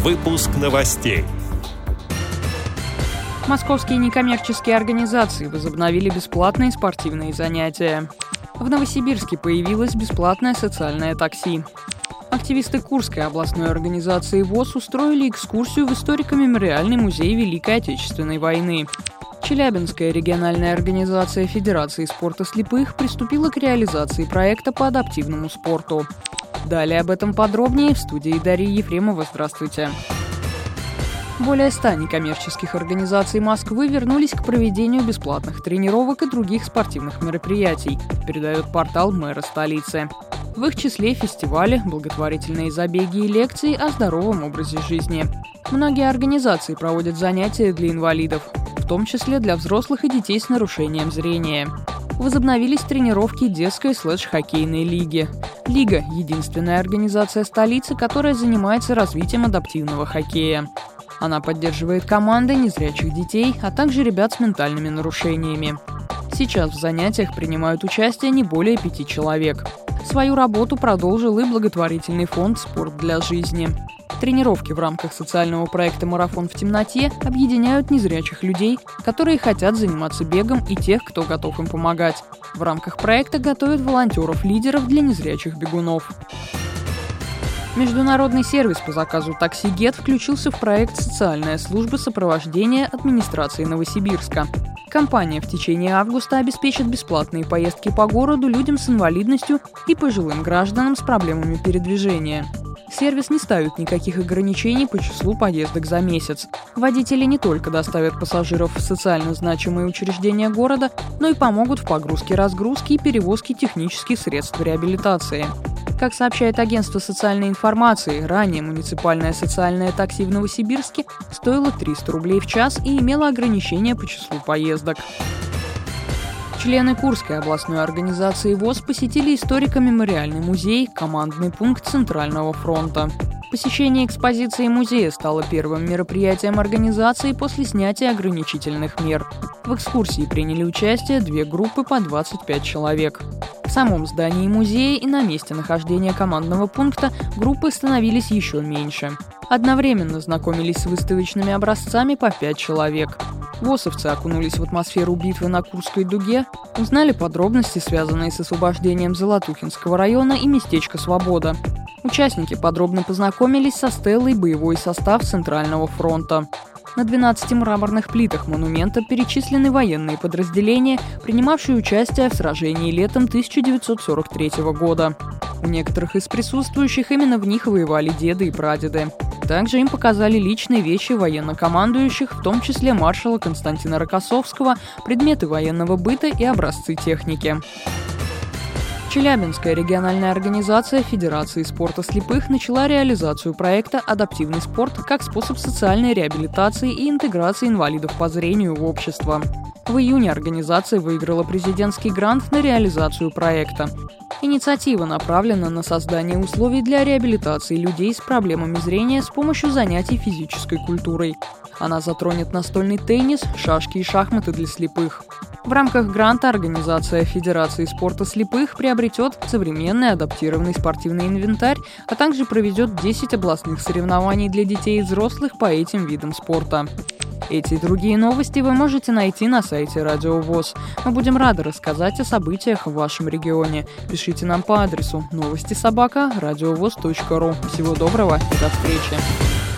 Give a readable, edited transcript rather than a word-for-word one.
Выпуск новостей. Московские некоммерческие организации возобновили бесплатные спортивные занятия. В Новосибирске появилось бесплатное социальное такси. Активисты Курской областной организации ВОС устроили экскурсию в историко-мемориальный музей Великой Отечественной войны. Челябинская региональная организация Федерации спорта слепых приступила к реализации проекта по адаптивному спорту. Далее об этом подробнее в студии Дарьи Ефремова. Здравствуйте. Более 100 некоммерческих организаций Москвы вернулись к проведению бесплатных тренировок и других спортивных мероприятий, передает портал мэра столицы. В их числе фестивали, благотворительные забеги и лекции о здоровом образе жизни. Многие организации проводят занятия для инвалидов, в том числе для взрослых и детей с нарушением зрения. Возобновились тренировки детской/хоккейной лиги. Лига – единственная организация столицы, которая занимается развитием адаптивного хоккея. Она поддерживает команды незрячих детей, а также ребят с ментальными нарушениями. Сейчас в занятиях принимают участие не более 5 человек. Свою работу продолжил и благотворительный фонд «Спорт для жизни». Тренировки в рамках социального проекта «Марафон в темноте» объединяют незрячих людей, которые хотят заниматься бегом, и тех, кто готов им помогать. В рамках проекта готовят волонтеров-лидеров для незрячих бегунов. Международный сервис по заказу такси «Гет» включился в проект «Социальная служба сопровождения администрации Новосибирска». Компания в течение августа обеспечит бесплатные поездки по городу людям с инвалидностью и пожилым гражданам с проблемами передвижения. Сервис не ставит никаких ограничений по числу поездок за месяц. Водители не только доставят пассажиров в социально значимые учреждения города, но и помогут в погрузке-разгрузке и перевозке технических средств реабилитации. Как сообщает агентство социальной информации, ранее муниципальное социальное такси в Новосибирске стоило 300 рублей в час и имело ограничения по числу поездок. Члены Курской областной организации ВОС посетили историко-мемориальный музей «Командный пункт Центрального фронта». Посещение экспозиции музея стало первым мероприятием организации после снятия ограничительных мер. В экскурсии приняли участие 2 группы по 25 человек. В самом здании музея и на месте нахождения командного пункта группы становились еще меньше. Одновременно знакомились с выставочными образцами по 5 человек. ВОСовцы окунулись в атмосферу битвы на Курской дуге, узнали подробности, связанные с освобождением Золотухинского района и местечка Свобода. Участники подробно познакомились со стелой «Боевой состав Центрального фронта». На 12 мраморных плитах монумента перечислены военные подразделения, принимавшие участие в сражении летом 1943 года. У некоторых из присутствующих именно в них воевали деды и прадеды. Также им показали личные вещи военнокомандующих, в том числе маршала Константина Рокоссовского, предметы военного быта и образцы техники. Челябинская региональная организация Федерации спорта слепых начала реализацию проекта «Адаптивный спорт» как способ социальной реабилитации и интеграции инвалидов по зрению в общество. В июне организация выиграла президентский грант на реализацию проекта. Инициатива направлена на создание условий для реабилитации людей с проблемами зрения с помощью занятий физической культурой. Она затронет настольный теннис, шашки и шахматы для слепых. В рамках гранта организация Федерации спорта слепых приобретет современный адаптированный спортивный инвентарь, а также проведет 10 областных соревнований для детей и взрослых по этим видам спорта. Эти и другие новости вы можете найти на сайте Радио ВОС. Мы будем рады рассказать о событиях в вашем регионе. Пишите нам по адресу новости@радиовос.ру. Всего доброго и до встречи!